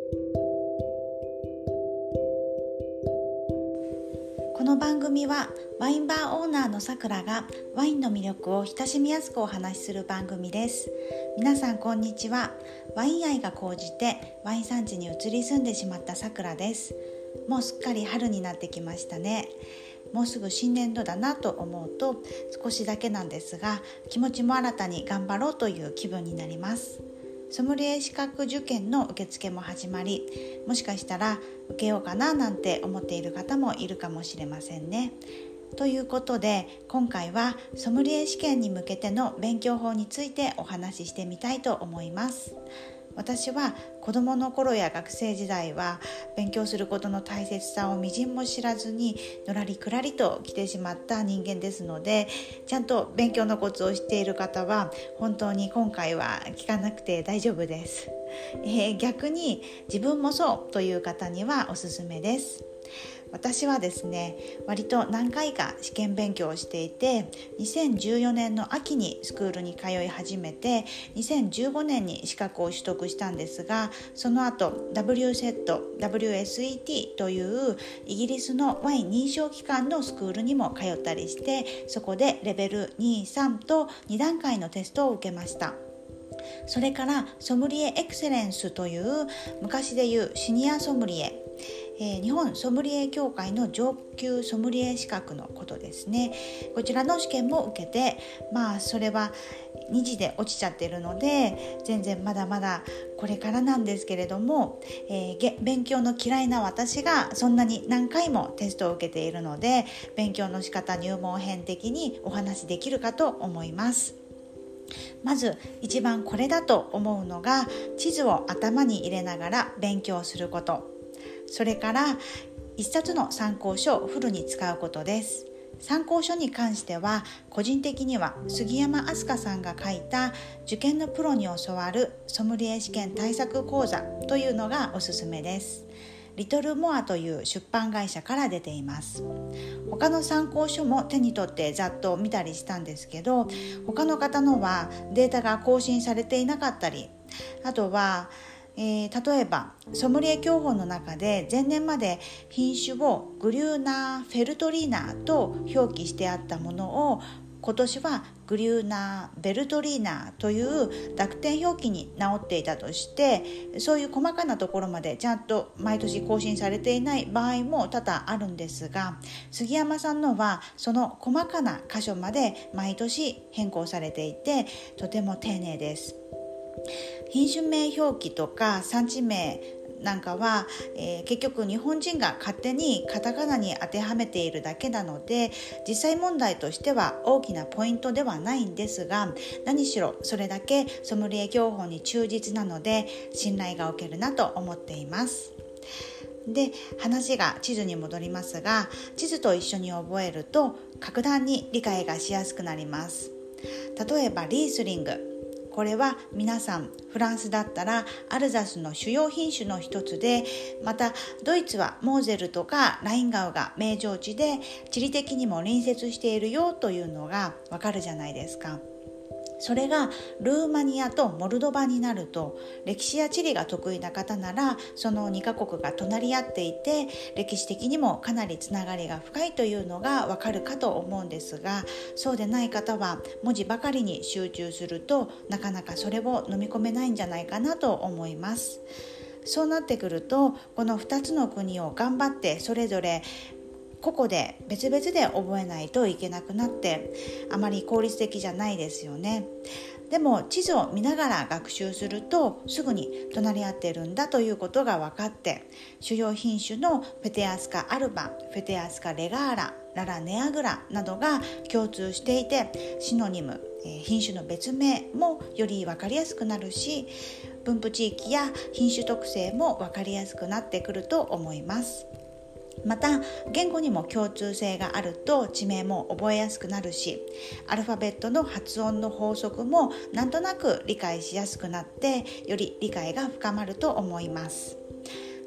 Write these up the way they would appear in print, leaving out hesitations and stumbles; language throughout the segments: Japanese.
この番組はワインバーオーナーのさくらがワインの魅力を親しみやすくお話しする番組です。皆さんこんにちは。ワイン愛が高じてワイン産地に移り住んでしまったさくらです。もうすっかり春になってきましたね。もうすぐ新年度だなと思うと少しだけなんですが、気持ちも新たに頑張ろうという気分になります。ソムリエ資格受験の受付も始まり、もしかしたら受けようかななんて思っている方もいるかもしれませんね。ということで今回はソムリエ試験に向けての勉強法についてお話ししてみたいと思います。私は子どもの頃や学生時代は勉強することの大切さをみじんも知らずにのらりくらりと来てしまった人間ですので、ちゃんと勉強のコツを知っている方は本当に今回は聞かなくて大丈夫です。逆に自分もそうという方にはおすすめです。私はですね、割と何回か試験勉強をしていて、2014年の秋にスクールに通い始めて、2015年に資格を取得したんですが、その後 WSET というイギリスのワイン認証機関のスクールにも通ったりして、そこでレベル2、3と2段階のテストを受けました。それからソムリエエクセレンスという昔でいうシニアソムリエ、日本ソムリエ協会の上級ソムリエ資格のことですね。こちらの試験も受けて、それは2次で落ちちゃっているので全然まだまだこれからなんですけれども、勉強の嫌いな私がそんなに何回もテストを受けているので、勉強の仕方入門編的にお話しできるかと思います。まず一番これだと思うのが、地図を頭に入れながら勉強すること、それから一冊の参考書をフルに使うことです。参考書に関しては個人的には杉山飛鳥さんが書いた受験のプロに教わるソムリエ試験対策講座というのがおすすめです。リトルモアという出版会社から出ています。他の参考書も手に取ってざっと見たりしたんですけど、他の方のはデータが更新されていなかったり、あとは例えばソムリエ教本の中で前年まで品種をグリューナーフェルトリーナーと表記してあったものを今年はグリューナーベルトリーナーという濁点表記に直っていたとして、そういう細かなところまでちゃんと毎年更新されていない場合も多々あるんですが、杉山さんのはその細かな箇所まで毎年変更されていて、とても丁寧です。品種名表記とか産地名なんかは、結局日本人が勝手にカタカナに当てはめているだけなので、実際問題としては大きなポイントではないんですが、何しろそれだけソムリエ教本に忠実なので信頼がおけるなと思っています。で、話が地図に戻りますが、地図と一緒に覚えると格段に理解がしやすくなります。例えばリースリング、これは皆さんフランスだったらアルザスの主要品種の一つで、またドイツはモーゼルとかラインガウが名城地で地理的にも隣接しているよというのがわかるじゃないですか。それがルーマニアとモルドバになると、歴史や地理が得意な方ならその2カ国が隣り合っていて歴史的にもかなりつながりが深いというのがわかるかと思うんですが、そうでない方は文字ばかりに集中するとなかなかそれを飲み込めないんじゃないかなと思います。そうなってくると、この2つの国を頑張ってそれぞれ個々で別々で覚えないといけなくなって、あまり効率的じゃないですよね。でも地図を見ながら学習するとすぐに隣り合っているんだということが分かって、主要品種のフェテアスカアルバ、フェテアスカレガーラ、ララネアグラなどが共通していて、シノニム、品種の別名もより分かりやすくなるし、分布地域や品種特性も分かりやすくなってくると思います。また言語にも共通性があると地名も覚えやすくなるし、アルファベットの発音の法則もなんとなく理解しやすくなって、より理解が深まると思います。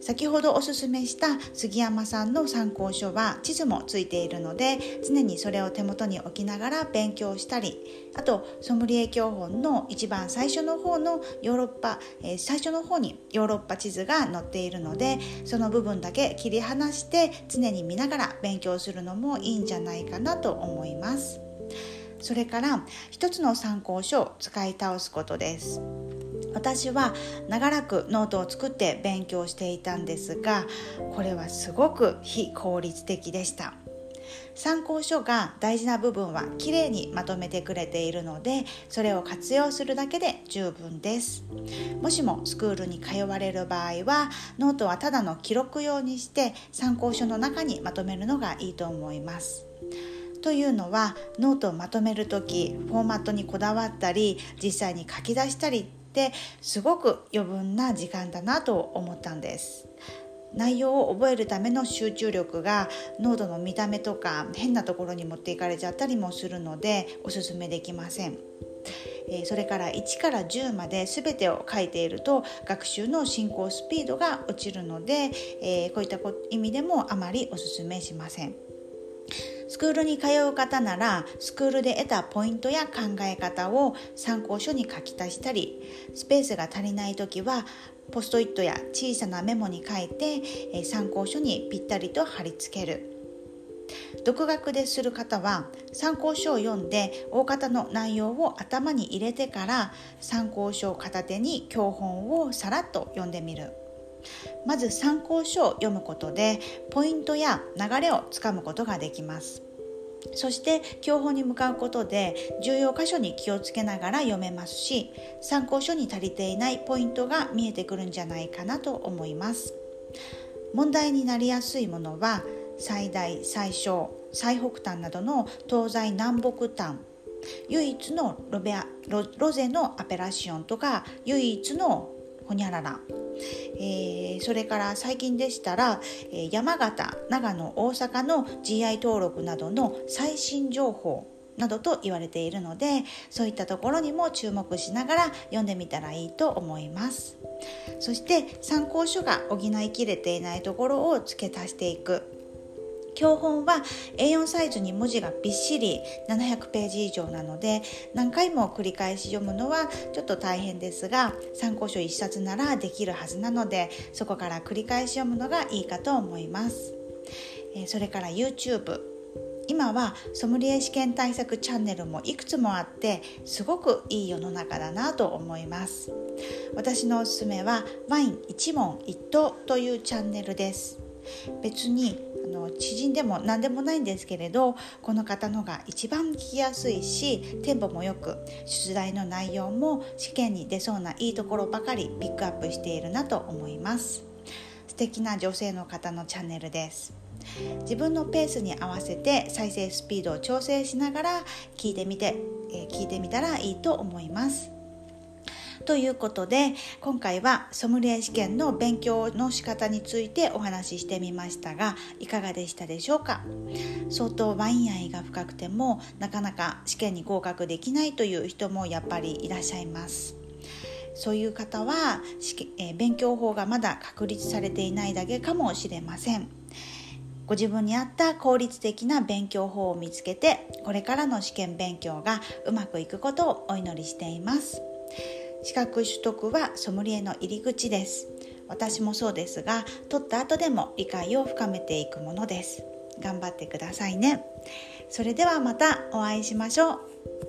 先ほどおすすめした杉山さんの参考書は地図もついているので、常にそれを手元に置きながら勉強したり、あとソムリエ教本の一番最初の方の最初の方にヨーロッパ地図が載っているので、その部分だけ切り離して常に見ながら勉強するのもいいんじゃないかなと思います。それから一つの参考書を使い倒すことです。私は長らくノートを作って勉強していたんですが、これはすごく非効率的でした。参考書が大事な部分はきれいにまとめてくれているので、それを活用するだけで十分です。もしもスクールに通われる場合は、ノートはただの記録用にして参考書の中にまとめるのがいいと思います。というのは、ノートをまとめるときフォーマットにこだわったり実際に書き出したりってすごく余分な時間だなと思ったんです。内容を覚えるための集中力がノートの見た目とか変なところに持っていかれちゃったりもするのでおすすめできません。それから1から10まで全てを書いていると学習の進行スピードが落ちるので、こういった意味でもあまりおすすめしません。スクールに通う方なら、スクールで得たポイントや考え方を参考書に書き足したり、スペースが足りないときはポストイットや小さなメモに書いて参考書にぴったりと貼り付ける。独学でする方は参考書を読んで大方の内容を頭に入れてから参考書を片手に教本をさらっと読んでみる。まず参考書を読むことでポイントや流れをつかむことができます。そして教本に向かうことで重要箇所に気をつけながら読めますし、参考書に足りていないポイントが見えてくるんじゃないかなと思います。問題になりやすいものは最大、最小、最北端などの東西南北端、唯一のロゼのアペラシオンとか唯一のホニャララ、それから最近でしたら山形、長野、大阪の GI 登録などの最新情報などと言われているので、そういったところにも注目しながら読んでみたらいいと思います。そして参考書が補いきれていないところを付け足していく。教本は A4 サイズに文字がびっしり700ページ以上なので、何回も繰り返し読むのはちょっと大変ですが、参考書1冊ならできるはずなので、そこから繰り返し読むのがいいかと思います。それから YouTube、 今はソムリエ試験対策チャンネルもいくつもあってすごくいい世の中だなと思います。私のおすすめはワイン一問一答というチャンネルです。別に知人でも何でもないんですけれど、この方のが一番聞きやすいし、テンポもよく、出題の内容も試験に出そうないいところばかりピックアップしているなと思います。素敵な女性の方のチャンネルです。自分のペースに合わせて再生スピードを調整しながら聞いてみたらいいと思います。ということで、今回はソムリエ試験の勉強の仕方についてお話ししてみましたが、いかがでしたでしょうか。相当ワイン愛が深くてもなかなか試験に合格できないという人もやっぱりいらっしゃいます。そういう方は勉強法がまだ確立されていないだけかもしれません。ご自分に合った効率的な勉強法を見つけて、これからの試験勉強がうまくいくことをお祈りしています。資格取得はソムリエの入り口です。私もそうですが、取った後でも理解を深めていくものです。頑張ってくださいね。それではまたお会いしましょう。